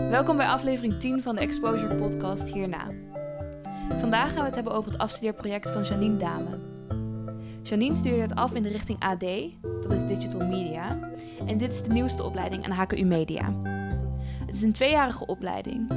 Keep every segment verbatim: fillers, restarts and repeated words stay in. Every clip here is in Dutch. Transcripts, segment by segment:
Welkom bij aflevering tien van de Exposure podcast hierna. Vandaag gaan we het hebben over het afstudeerproject van Janine Dame. Janine studeert af in de richting A D, dat is Digital Media, en dit is de nieuwste opleiding aan H K U Media. Het is een tweejarige opleiding.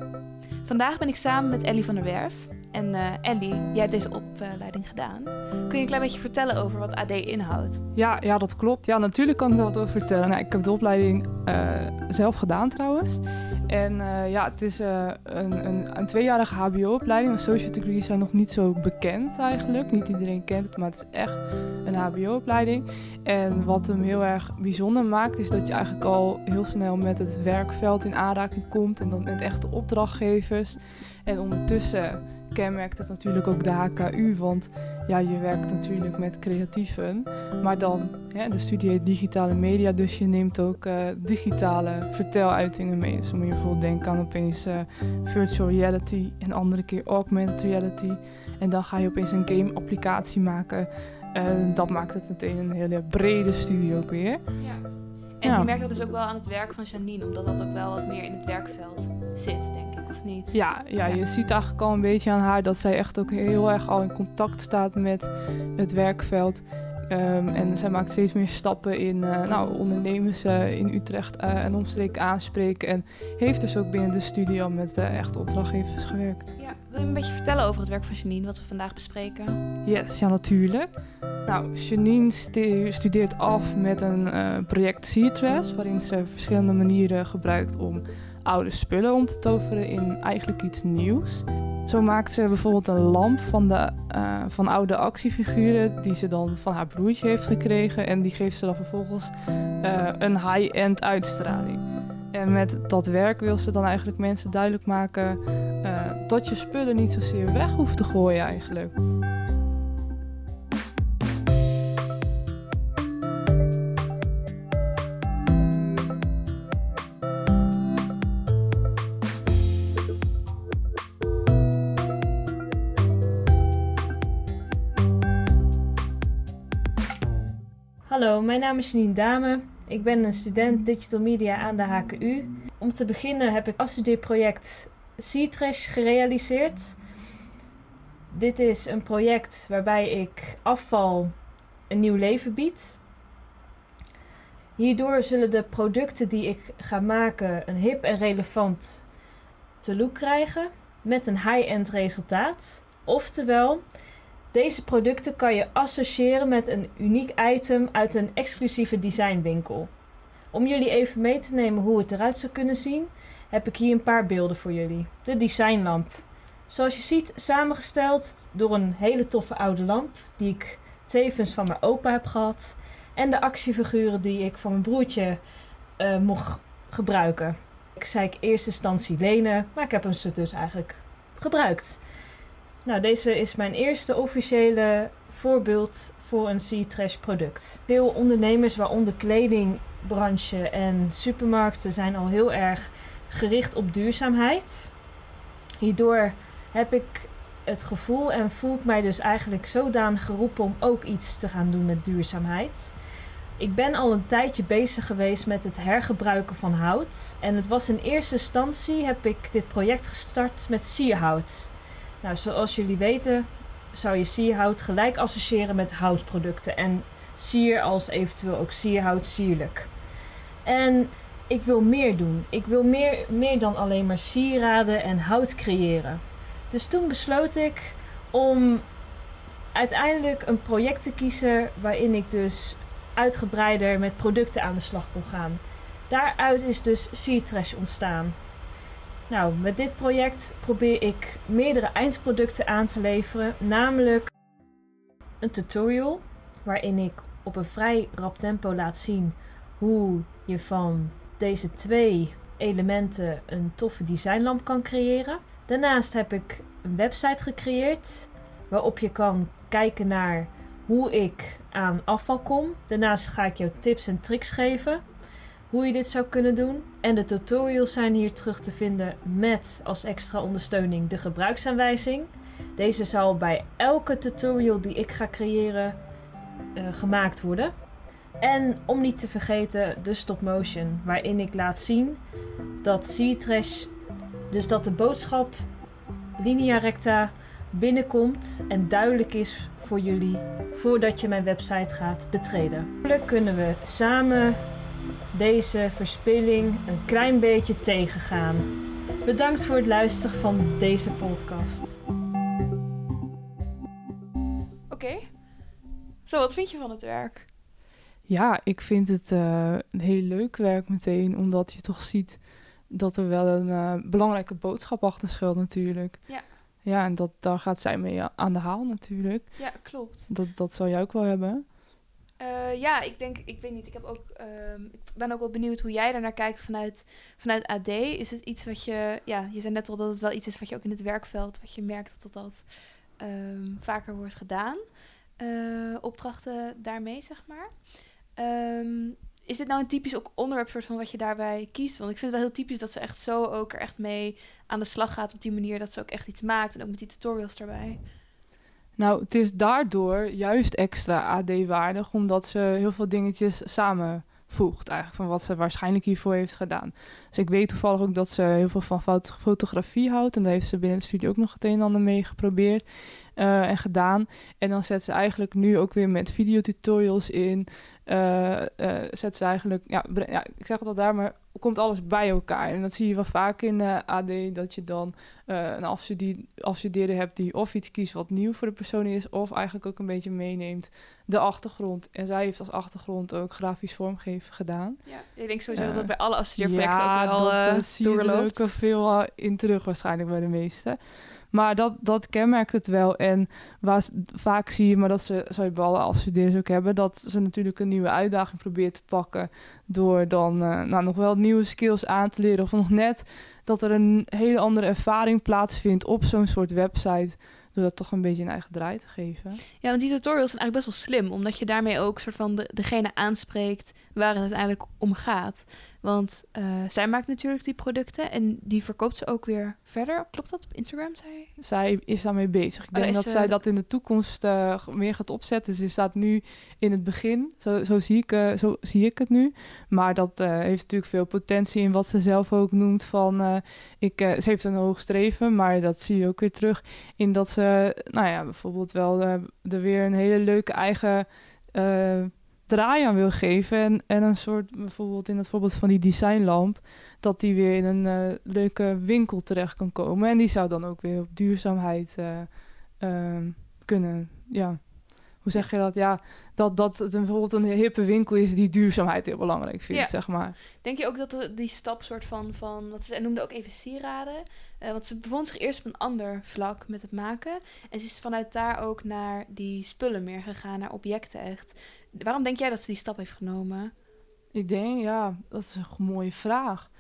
Vandaag ben ik samen met Ellie van der Werf. En uh, Ellie, jij hebt deze opleiding gedaan. Kun je een klein beetje vertellen over wat A D inhoudt? Ja, ja, dat klopt. Ja, natuurlijk kan ik er wat over vertellen. Nou, ik heb de opleiding uh, zelf gedaan trouwens. En uh, ja, het is uh, een, een, een tweejarige H B O-opleiding. Want social degrees zijn nog niet zo bekend eigenlijk. Niet iedereen kent het, maar het is echt een H B O-opleiding. En wat hem heel erg bijzonder maakt, is dat je eigenlijk al heel snel met het werkveld in aanraking komt. En dan met echte opdrachtgevers. En ondertussen kenmerkt het natuurlijk ook de H K U, want ja, je werkt natuurlijk met creatieven, maar dan, hè, de studie heet digitale media, dus je neemt ook uh, digitale verteluitingen mee. Dus dan moet je bijvoorbeeld denken aan opeens uh, virtual reality en andere keer augmented reality. En dan ga je opeens een game-applicatie maken. En dat maakt het meteen een hele brede studie ook weer. Ja. En ja. Je merkt dat dus ook wel aan het werk van Janine, omdat dat ook wel wat meer in het werkveld zit, denk ik, of niet? Ja, ja, ja, je ziet eigenlijk al een beetje aan haar dat zij echt ook heel erg al in contact staat met het werkveld. Um, en zij maakt steeds meer stappen in uh, nou, ondernemers uh, in Utrecht uh, en omstreken aanspreken. En heeft dus ook binnen de studie al met uh, echte opdrachtgevers gewerkt. Ja, wil je een beetje vertellen over het werk van Janine, wat we vandaag bespreken? Yes, ja natuurlijk. Nou, Janine stu- studeert af met een uh, project Seatrash, waarin ze verschillende manieren gebruikt om oude spullen om te toveren in eigenlijk iets nieuws. Zo maakt ze bijvoorbeeld een lamp van, de, uh, van oude actiefiguren die ze dan van haar broertje heeft gekregen. En die geeft ze dan vervolgens uh, een high-end uitstraling. En met dat werk wil ze dan eigenlijk mensen duidelijk maken uh, dat je spullen niet zozeer weg hoeft te gooien eigenlijk. Hallo, mijn naam is Janine Dame. Ik ben een student Digital Media aan de H K U. Om te beginnen heb ik het afstudeerproject Seatrash gerealiseerd. Dit is een project waarbij ik afval een nieuw leven bied. Hierdoor zullen de producten die ik ga maken een hip en relevant te look krijgen met een high-end resultaat. Oftewel, deze producten kan je associëren met een uniek item uit een exclusieve designwinkel. Om jullie even mee te nemen hoe het eruit zou kunnen zien, heb ik hier een paar beelden voor jullie. De designlamp. Zoals je ziet, samengesteld door een hele toffe oude lamp, die ik tevens van mijn opa heb gehad. En de actiefiguren die ik van mijn broertje uh, mocht gebruiken. Ik zei ik in eerste instantie lenen, maar ik heb hem ze dus eigenlijk gebruikt. Nou, deze is mijn eerste officiële voorbeeld voor een Seatrash product. Veel ondernemers, waaronder kledingbranche en supermarkten, zijn al heel erg gericht op duurzaamheid. Hierdoor heb ik het gevoel en voel ik mij dus eigenlijk zodanig geroepen om ook iets te gaan doen met duurzaamheid. Ik ben al een tijdje bezig geweest met het hergebruiken van hout. En het was in eerste instantie heb ik dit project gestart met sierhout. Nou, zoals jullie weten zou je sierhout gelijk associëren met houtproducten. En sier als eventueel ook sierhout sierlijk. En ik wil meer doen. Ik wil meer, meer dan alleen maar sieraden en hout creëren. Dus toen besloot ik om uiteindelijk een project te kiezen waarin ik dus uitgebreider met producten aan de slag kon gaan. Daaruit is dus Seatrash ontstaan. Nou, met dit project probeer ik meerdere eindproducten aan te leveren, namelijk een tutorial waarin ik op een vrij rap tempo laat zien hoe je van deze twee elementen een toffe designlamp kan creëren. Daarnaast heb ik een website gecreëerd waarop je kan kijken naar hoe ik aan afval kom. Daarnaast ga ik jou tips en tricks geven hoe je dit zou kunnen doen. En de tutorials zijn hier terug te vinden met als extra ondersteuning de gebruiksaanwijzing. Deze zal bij elke tutorial die ik ga creëren uh, gemaakt worden. En om niet te vergeten de stop motion, waarin ik laat zien dat C-Trash, dus dat de boodschap linea recta binnenkomt en duidelijk is voor jullie voordat je mijn website gaat betreden. Hopelijk kunnen we samen deze verspilling een klein beetje tegengaan. Bedankt voor het luisteren van deze podcast. Oké. Okay. Zo, wat vind je van het werk? Ja, ik vind het uh, een heel leuk werk meteen, omdat je toch ziet dat er wel een uh, belangrijke boodschap achter schuilt natuurlijk. Ja. Ja, en dat, daar gaat zij mee aan de haal natuurlijk. Ja, klopt. Dat, dat zou jij ook wel hebben. Uh, ja, ik denk, ik weet niet, ik heb ook, uh, ik ben ook wel benieuwd hoe jij daarnaar kijkt vanuit, vanuit A D. Is het iets wat je, ja, je zei net al dat het wel iets is wat je ook in het werkveld, wat je merkt dat dat um, vaker wordt gedaan. Uh, opdrachten daarmee, zeg maar. Um, is dit nou een typisch ook onderwerp soort van wat je daarbij kiest? Want ik vind het wel heel typisch dat ze echt zo ook er echt mee aan de slag gaat op die manier dat ze ook echt iets maakt en ook met die tutorials erbij. Nou, het is daardoor juist extra A D-waardig, omdat ze heel veel dingetjes samenvoegt eigenlijk van wat ze waarschijnlijk hiervoor heeft gedaan. Dus ik weet toevallig ook dat ze heel veel van foto- fotografie houdt en daar heeft ze binnen de studie ook nog het een en ander mee geprobeerd uh, en gedaan. En dan zet ze eigenlijk nu ook weer met videotutorials in. Uh, uh, zet ze eigenlijk, ja, bre- ja, ik zeg het al daar, maar komt alles bij elkaar. En dat zie je wel vaak in uh, A D, dat je dan uh, een afstudie- afstudeerder hebt die of iets kiest wat nieuw voor de persoon is, of eigenlijk ook een beetje meeneemt de achtergrond. En zij heeft als achtergrond ook grafisch vormgeven gedaan. Ja, ik denk sowieso uh, dat dat bij alle afstudeerprojecten ja, ook wel dat, uh, uh, zie je er ook al veel uh, in terug waarschijnlijk bij de meesten. Maar dat, dat kenmerkt het wel. En waar vaak zie je, maar dat ze, zou je bij alle afstudeerders ook hebben, dat ze natuurlijk een nieuwe uitdaging probeert te pakken door dan uh, nou, nog wel nieuwe skills aan te leren. Of nog net dat er een hele andere ervaring plaatsvindt op zo'n soort website, door dat toch een beetje een eigen draai te geven. Ja, want die tutorials zijn eigenlijk best wel slim, omdat je daarmee ook soort van de, degene aanspreekt waar het uiteindelijk om gaat. Want uh, zij maakt natuurlijk die producten en die verkoopt ze ook weer verder. Klopt dat op Instagram, zei je? Zij is daarmee bezig. Ik oh, denk dat ze... zij dat in de toekomst uh, meer gaat opzetten. Ze staat nu in het begin, zo, zo, zie, ik, uh, zo zie ik het nu. Maar dat uh, heeft natuurlijk veel potentie in wat ze zelf ook noemt van... Uh, ik, uh, ze heeft een hoog streven, maar dat zie je ook weer terug in dat ze, nou ja, bijvoorbeeld wel uh, er weer een hele leuke eigen... Uh, draai aan wil geven en, en een soort, bijvoorbeeld in het voorbeeld van die designlamp, dat die weer in een uh, leuke winkel terecht kan komen en die zou dan ook weer op duurzaamheid uh, uh, kunnen, ja, hoe zeg je dat? Ja, dat, dat het een, bijvoorbeeld een hippe winkel is die duurzaamheid heel belangrijk vindt, ja. zeg maar. Denk je ook dat de, die stap soort van, van wat ze noemde ook even sieraden, uh, want ze bevond zich eerst op een ander vlak met het maken en ze is vanuit daar ook naar die spullen meer gegaan, naar objecten echt. Waarom denk jij dat ze die stap heeft genomen? Ik denk, ja, dat is een mooie vraag.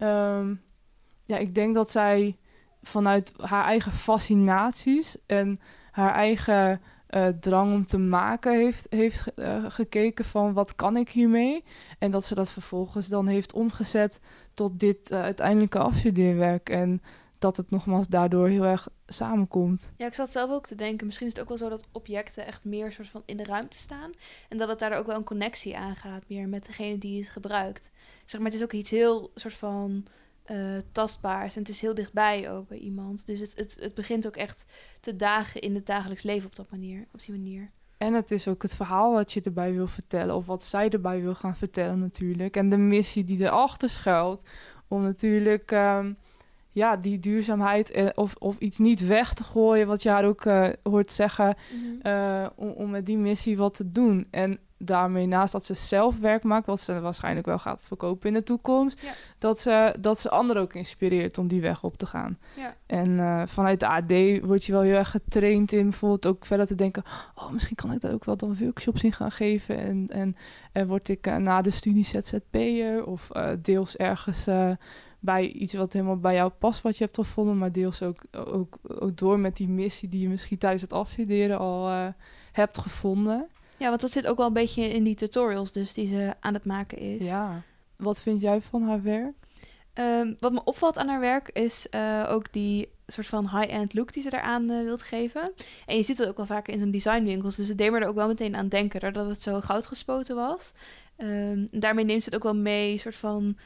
Um, ja, ik denk dat zij vanuit haar eigen fascinaties en haar eigen uh, drang om te maken heeft, heeft uh, gekeken van wat kan ik hiermee? En dat ze dat vervolgens dan heeft omgezet tot dit uh, uiteindelijke afstudeerwerk. En dat het nogmaals daardoor heel erg samenkomt. Ja, ik zat zelf ook te denken, misschien is het ook wel zo dat objecten echt meer soort van in de ruimte staan. En dat het daar ook wel een connectie aangaat, meer met degene die het gebruikt. Zeg maar, het is ook iets heel soort van uh, tastbaars en het is heel dichtbij ook bij iemand. Dus het, het, het begint ook echt te dagen in het dagelijks leven op, dat manier, op die manier. En het is ook het verhaal wat je erbij wil vertellen, of wat zij erbij wil gaan vertellen natuurlijk. En de missie die erachter schuilt, om natuurlijk... Um, ja, die duurzaamheid eh, of, of iets niet weg te gooien, wat je haar ook uh, hoort zeggen, mm-hmm. uh, om, om met die missie wat te doen. En daarmee, naast dat ze zelf werk maakt, wat ze waarschijnlijk wel gaat verkopen in de toekomst, ja. dat, ze, dat ze anderen ook inspireert om die weg op te gaan. Ja. En uh, vanuit de A D word je wel heel erg getraind in bijvoorbeeld ook verder te denken, oh, misschien kan ik daar ook wel dan workshops in gaan geven. En, en, en word ik uh, na de studie Z Z P'er of uh, deels ergens... Uh, bij iets wat helemaal bij jou past wat je hebt gevonden, maar deels ook, ook, ook door met die missie die je misschien tijdens het afstuderen al uh, hebt gevonden. Ja, want dat zit ook wel een beetje in die tutorials dus die ze aan het maken is. Ja. Wat vind jij van haar werk? Um, wat me opvalt aan haar werk is uh, ook die soort van high-end look die ze eraan uh, wilt geven. En je ziet dat ook wel vaker in zo'n designwinkels, dus het deed me er ook wel meteen aan denken, doordat het zo goud gespoten was. Um, daarmee neemt ze het ook wel mee, soort van...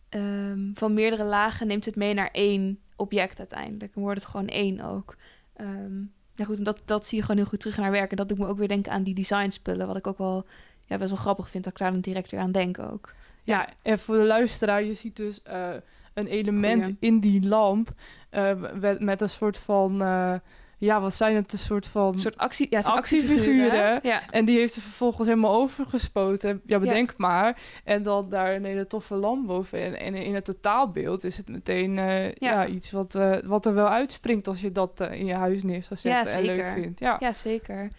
um, van meerdere lagen neemt het mee naar één object uiteindelijk. Dan wordt het gewoon één ook. Um, ja goed, en dat, dat zie je gewoon heel goed terug in haar werk. En dat doet me ook weer denken aan die designspullen, wat ik ook wel ja, best wel grappig vind, dat ik daar dan direct weer aan denk ook. Ja, ja en voor de luisteraar, je ziet dus uh, een element Goeie. in die lamp uh, met, met een soort van... Uh, ja, wat zijn het? Een soort van... Een soort actie, ja, actiefiguren. actiefiguren. Ja. En die heeft ze vervolgens helemaal overgespoten. Ja, bedenk ja. maar. En dan daar een hele toffe lamp boven. En, en in het totaalbeeld is het meteen uh, ja. Ja, iets wat, uh, wat er wel uitspringt als je dat uh, in je huis neer zou zetten ja, en leuk vindt. Ja, ja zeker.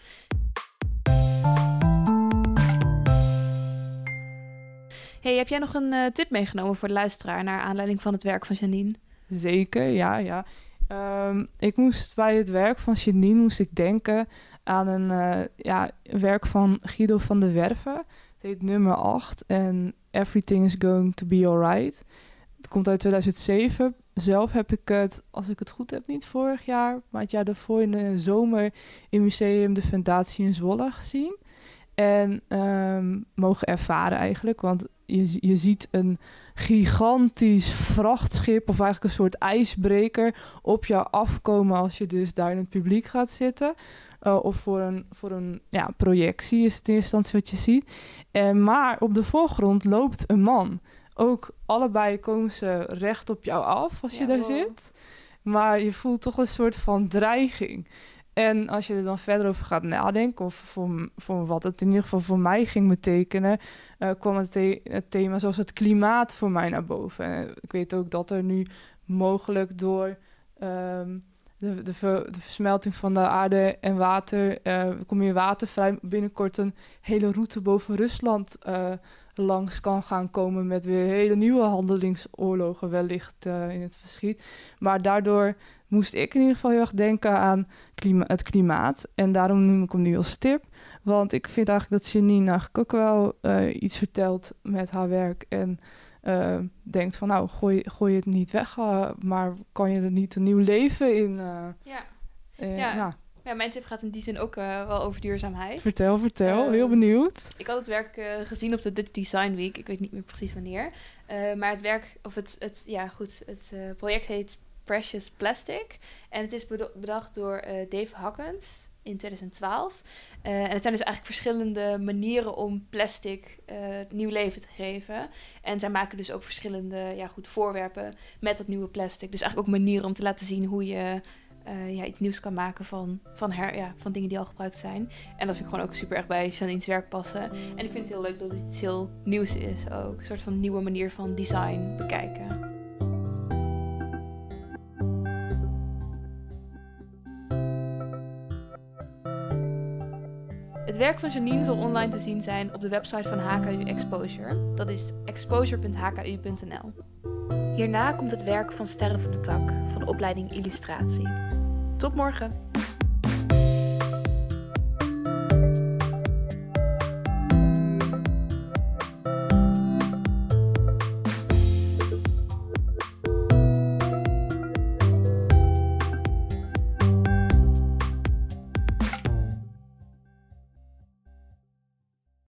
Hey, heb jij nog een uh, tip meegenomen voor de luisteraar naar aanleiding van het werk van Janine? Zeker, ja, ja. Um, ik moest bij het werk van Janine moest ik denken aan een uh, ja, werk van Guido van der Werven. Het heet nummer acht en Everything is Going to Be Alright. Het komt uit tweeduizend zeven. Zelf heb ik het, als ik het goed heb, niet vorig jaar, maar het jaar daarvoor in de zomer in Museum de Fundatie in Zwolle gezien. En um, mogen ervaren eigenlijk, want je, je ziet een gigantisch vrachtschip of eigenlijk een soort ijsbreker op jou afkomen als je dus daar in het publiek gaat zitten. Uh, of voor een, voor een ja, projectie is het in eerste instantie wat je ziet. Uh, maar op de voorgrond loopt een man. Ook allebei komen ze recht op jou af als je ja, daar wow. zit. Maar je voelt toch een soort van dreiging. En als je er dan verder over gaat nadenken, of voor, voor wat het in ieder geval voor mij ging betekenen, uh, kwam het, the- het thema zoals het klimaat voor mij naar boven. En ik weet ook dat er nu mogelijk door um, de, de, ver, de versmelting van de aarde en water, uh, kom je watervrij binnenkort een hele route boven Rusland uh, langs kan gaan komen met weer hele nieuwe handelingsoorlogen wellicht uh, in het verschiet. Maar daardoor moest ik in ieder geval heel erg denken aan klima- het klimaat. En daarom noem ik hem nu als tip. Want ik vind eigenlijk dat Janine eigenlijk ook wel uh, iets vertelt met haar werk. En uh, denkt van nou, gooi, gooi het niet weg. Uh, maar kan je er niet een nieuw leven in? Uh, ja. Uh, ja. ja. Ja, mijn tip gaat in die zin ook uh, wel over duurzaamheid. Vertel, vertel. Uh, heel benieuwd. Ik had het werk uh, gezien op de Dutch Design Week. Ik weet niet meer precies wanneer. Uh, maar het werk, of het, het, ja goed, het uh, project heet Precious Plastic. En het is bedacht door uh, Dave Hakkens in twintig twaalf. Uh, en het zijn dus eigenlijk verschillende manieren om plastic uh, nieuw leven te geven. En zij maken dus ook verschillende ja, goed, voorwerpen met dat nieuwe plastic. Dus eigenlijk ook manieren om te laten zien hoe je uh, ja, iets nieuws kan maken van, van, her, ja, van dingen die al gebruikt zijn. En dat vind ik gewoon ook super erg bij Janine's werk passen. En ik vind het heel leuk dat het iets heel nieuws is ook. Een soort van nieuwe manier van design bekijken. Het werk van Janine zal online te zien zijn op de website van H K U Exposure. Dat is exposure punt h k u punt n l. Hierna komt het werk van Sterre van de Tak van de opleiding Illustratie. Tot morgen!